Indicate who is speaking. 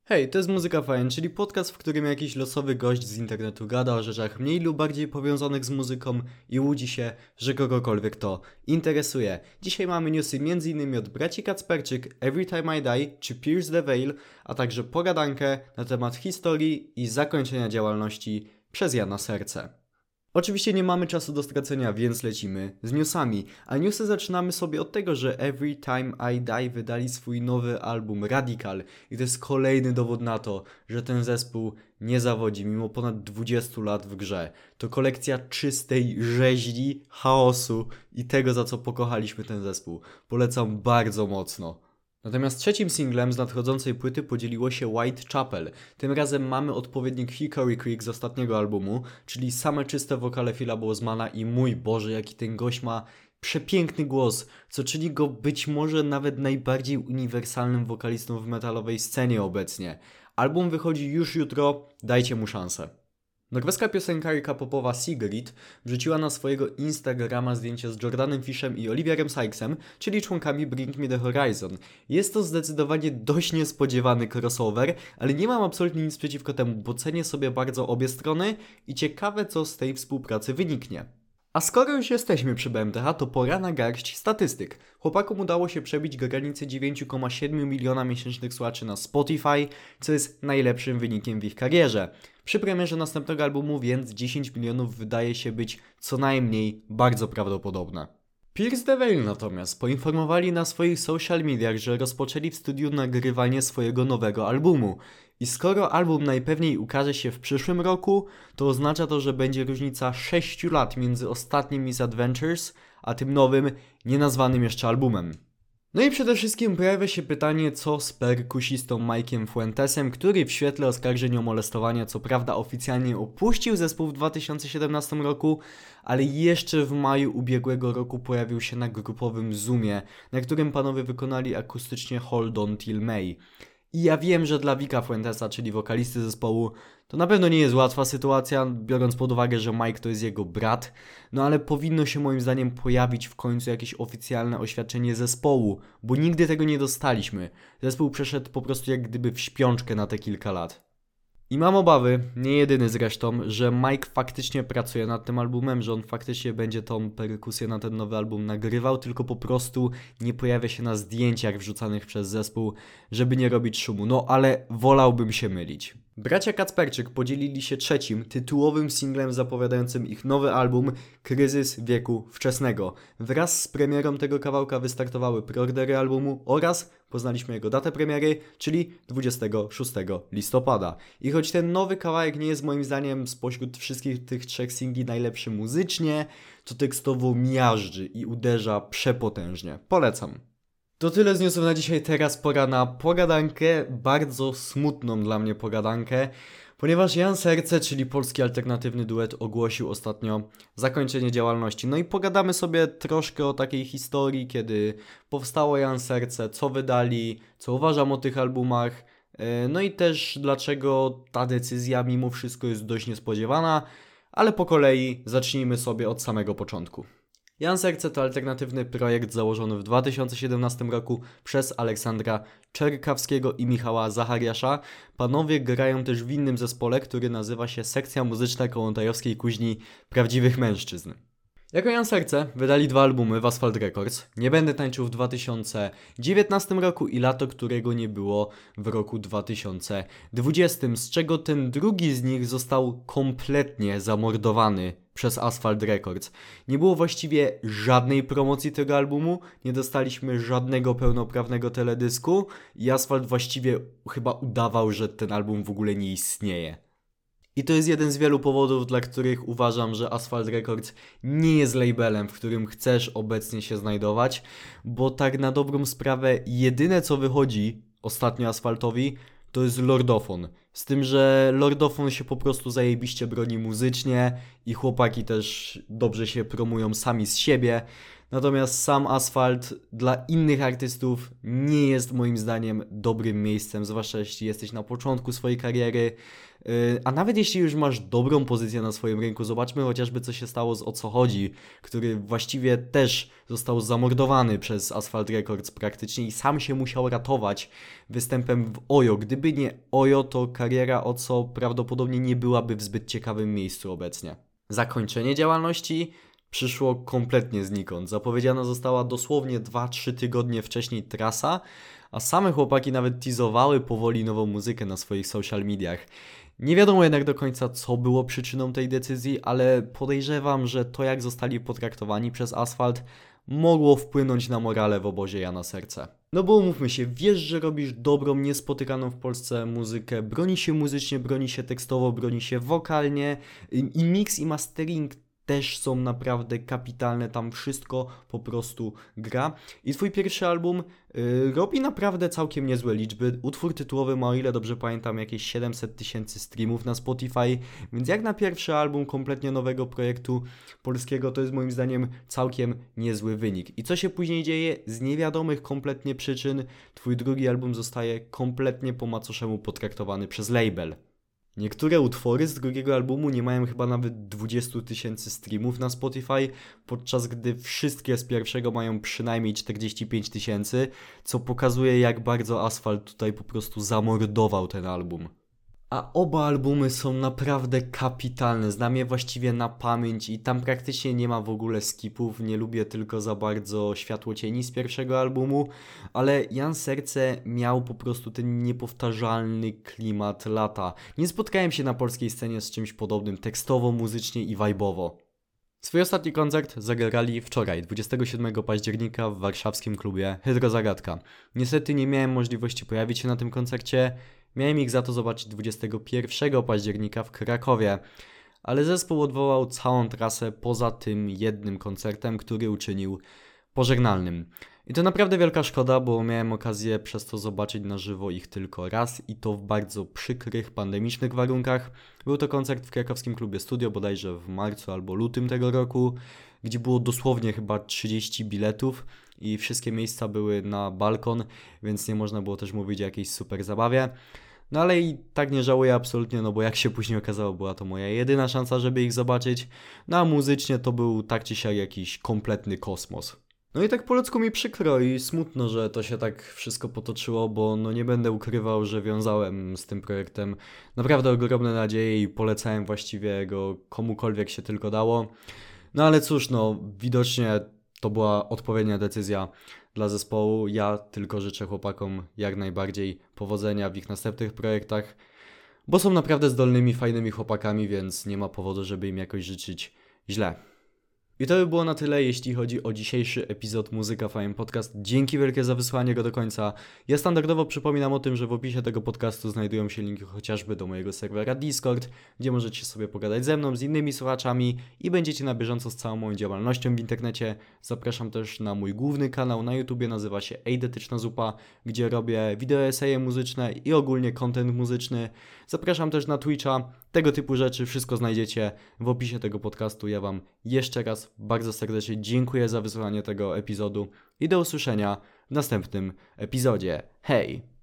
Speaker 1: Hej, to jest Muzyka Fajn, czyli podcast, w którym jakiś losowy gość z internetu gada o rzeczach mniej lub bardziej powiązanych z muzyką i łudzi się, że kogokolwiek to interesuje. Dzisiaj mamy newsy m.in. od braci Kacperczyk, Every Time I Die czy Pierce the Veil, a także pogadankę na temat historii i zakończenia działalności przez Jana Serce. Oczywiście nie mamy czasu do stracenia, więc lecimy z newsami. A newsy zaczynamy sobie od tego, że Every Time I Die wydali swój nowy album Radical i to jest kolejny dowód na to, że ten zespół nie zawodzi mimo ponad 20 lat w grze. To kolekcja czystej rzeźni, chaosu i tego, za co pokochaliśmy ten zespół. Polecam bardzo mocno. Natomiast trzecim singlem z nadchodzącej płyty podzieliło się Whitechapel. Tym razem mamy odpowiednik Hickory Creek z ostatniego albumu, czyli same czyste wokale Phila Bosemana i mój Boże, jaki ten gość ma przepiękny głos, co czyni go być może nawet najbardziej uniwersalnym wokalistą w metalowej scenie obecnie. Album wychodzi już jutro, dajcie mu szansę. Norweska piosenkarka popowa Sigrid wrzuciła na swojego Instagrama zdjęcie z Jordanem Fishem i Oliwierem Sykesem, czyli członkami Bring Me The Horizon. Jest to zdecydowanie dość niespodziewany crossover, ale nie mam absolutnie nic przeciwko temu, bo cenię sobie bardzo obie strony i ciekawe, co z tej współpracy wyniknie. A skoro już jesteśmy przy BMTH, to pora na garść statystyk. Chłopakom udało się przebić granicę 9,7 miliona miesięcznych słuchaczy na Spotify, co jest najlepszym wynikiem w ich karierze. Przy premierze następnego albumu więc 10 milionów wydaje się być co najmniej bardzo prawdopodobne. Pierce the Veil natomiast poinformowali na swoich social mediach, że rozpoczęli w studiu nagrywanie swojego nowego albumu. I skoro album najpewniej ukaże się w przyszłym roku, to oznacza to, że będzie różnica 6 lat między ostatnim Misadventures, a tym nowym, nienazwanym jeszcze albumem. No i przede wszystkim pojawia się pytanie, co z perkusistą Mike'iem Fuentesem, który w świetle oskarżeń o molestowanie co prawda oficjalnie opuścił zespół w 2017 roku, ale jeszcze w maju ubiegłego roku pojawił się na grupowym Zoomie, na którym panowie wykonali akustycznie Hold On Till May. I ja wiem, że dla Vicka Fuentesa, czyli wokalisty zespołu, to na pewno nie jest łatwa sytuacja, biorąc pod uwagę, że Mike to jest jego brat, no ale powinno się moim zdaniem pojawić w końcu jakieś oficjalne oświadczenie zespołu, bo nigdy tego nie dostaliśmy. Zespół przeszedł po prostu jak gdyby w śpiączkę na te kilka lat. I mam obawy, nie jedyny zresztą, że Mike faktycznie pracuje nad tym albumem, że on faktycznie będzie tą perkusję na ten nowy album nagrywał, tylko po prostu nie pojawia się na zdjęciach wrzucanych przez zespół, żeby nie robić szumu. No ale wolałbym się mylić. Bracia Kacperczyk podzielili się trzecim, tytułowym singlem zapowiadającym ich nowy album Kryzys Wieku Wczesnego. Wraz z premierą tego kawałka wystartowały preordery albumu oraz poznaliśmy jego datę premiery, czyli 26 listopada. I choć ten nowy kawałek nie jest moim zdaniem spośród wszystkich tych trzech singli najlepszy muzycznie, to tekstowo miażdży i uderza przepotężnie. Polecam. To tyle z newsów na dzisiaj, teraz pora na pogadankę, bardzo smutną dla mnie pogadankę, ponieważ Jan Serce, czyli polski alternatywny duet, ogłosił ostatnio zakończenie działalności. No i pogadamy sobie troszkę o takiej historii, kiedy powstało Jan Serce, co wydali, co uważam o tych albumach, no i też dlaczego ta decyzja mimo wszystko jest dość niespodziewana, ale po kolei zacznijmy sobie od samego początku. Jan Serce to alternatywny projekt założony w 2017 roku przez Aleksandra Czerkawskiego i Michała Zachariasza. Panowie grają też w innym zespole, który nazywa się Sekcja Muzyczna Kołątajowskiej Kuźni Prawdziwych Mężczyzn. Jako Jan Serce wydali 2 albumy w Asphalt Records. Nie będę tańczył w 2019 roku i Lato, którego nie było w roku 2020, z czego ten drugi z nich został kompletnie zamordowany przez Asphalt Records. Nie było właściwie żadnej promocji tego albumu, nie dostaliśmy żadnego pełnoprawnego teledysku i Asphalt właściwie chyba udawał, że ten album w ogóle nie istnieje. I to jest jeden z wielu powodów, dla których uważam, że Asphalt Records nie jest labelem, w którym chcesz obecnie się znajdować, bo tak na dobrą sprawę jedyne co wychodzi ostatnio Asfaltowi to jest Lordofon. Z tym, że Lordofon się po prostu zajebiście broni muzycznie i chłopaki też dobrze się promują sami z siebie. Natomiast sam Asfalt dla innych artystów nie jest moim zdaniem dobrym miejscem, zwłaszcza jeśli jesteś na początku swojej kariery. A nawet jeśli już masz dobrą pozycję na swoim rynku, zobaczmy chociażby co się stało z O Co Chodzi, który właściwie też został zamordowany przez Asphalt Records praktycznie i sam się musiał ratować występem w Ojo. Gdyby nie Ojo, to kariera O Co prawdopodobnie nie byłaby w zbyt ciekawym miejscu obecnie. Zakończenie działalności przyszło kompletnie znikąd. Zapowiedziana została dosłownie 2-3 tygodnie wcześniej trasa, a same chłopaki nawet teasowały powoli nową muzykę na swoich social mediach. Nie wiadomo jednak do końca, co było przyczyną tej decyzji, ale podejrzewam, że to jak zostali potraktowani przez Asfalt mogło wpłynąć na morale w obozie Jana Serce. No bo umówmy się, wiesz, że robisz dobrą, niespotykaną w Polsce muzykę, broni się muzycznie, broni się tekstowo, broni się wokalnie i mix i mastering też są naprawdę kapitalne, tam wszystko po prostu gra. I twój pierwszy album robi naprawdę całkiem niezłe liczby. Utwór tytułowy ma, o ile dobrze pamiętam, jakieś 700 000 streamów na Spotify, więc jak na pierwszy album kompletnie nowego projektu polskiego, to jest moim zdaniem całkiem niezły wynik. I co się później dzieje? Z niewiadomych kompletnie przyczyn twój drugi album zostaje kompletnie po macoszemu potraktowany przez label. Niektóre utwory z drugiego albumu nie mają chyba nawet 20 000 streamów na Spotify, podczas gdy wszystkie z pierwszego mają przynajmniej 45 000, co pokazuje jak bardzo Asfalt tutaj po prostu zamordował ten album. A oba albumy są naprawdę kapitalne, znam je właściwie na pamięć i tam praktycznie nie ma w ogóle skipów, nie lubię tylko za bardzo Światło cieni z pierwszego albumu, ale Jan Serce miał po prostu ten niepowtarzalny klimat lata. Nie spotkałem się na polskiej scenie z czymś podobnym tekstowo, muzycznie i vibe'owo. Swój ostatni koncert zagrali wczoraj, 27 października w warszawskim klubie Hydrozagadka. Niestety nie miałem możliwości pojawić się na tym koncercie, miałem ich za to zobaczyć 21 października w Krakowie, ale zespół odwołał całą trasę poza tym jednym koncertem, który uczynił pożegnalnym. I to naprawdę wielka szkoda, bo miałem okazję przez to zobaczyć na żywo ich tylko raz i to w bardzo przykrych, pandemicznych warunkach. Był to koncert w krakowskim klubie Studio, bodajże w marcu albo lutym tego roku, gdzie było dosłownie chyba 30 biletów i wszystkie miejsca były na balkon, więc nie można było też mówić o jakiejś super zabawie. No ale i tak nie żałuję absolutnie, no bo jak się później okazało, była to moja jedyna szansa, żeby ich zobaczyć. No a muzycznie to był tak czy siak jakiś kompletny kosmos. No i tak po ludzku mi przykro i smutno, że to się tak wszystko potoczyło, bo no nie będę ukrywał, że wiązałem z tym projektem naprawdę ogromne nadzieje i polecałem właściwie go komukolwiek się tylko dało. No ale cóż, no widocznie to była odpowiednia decyzja dla zespołu. Ja tylko życzę chłopakom jak najbardziej powodzenia w ich następnych projektach, bo są naprawdę zdolnymi, fajnymi chłopakami, więc nie ma powodu, żeby im jakoś życzyć źle. I to by było na tyle, jeśli chodzi o dzisiejszy epizod Muzyka Fame Podcast. Dzięki wielkie za wysłanie go do końca. Ja standardowo przypominam o tym, że w opisie tego podcastu znajdują się linki chociażby do mojego serwera Discord, gdzie możecie sobie pogadać ze mną, z innymi słuchaczami i będziecie na bieżąco z całą moją działalnością w internecie. Zapraszam też na mój główny kanał na YouTubie, nazywa się Eidetyczna Zupa, gdzie robię wideo eseje muzyczne i ogólnie content muzyczny. Zapraszam też na Twitcha, tego typu rzeczy, wszystko znajdziecie w opisie tego podcastu. Ja Wam jeszcze raz bardzo serdecznie dziękuję za wysłuchanie tego epizodu i do usłyszenia w następnym epizodzie. Hej!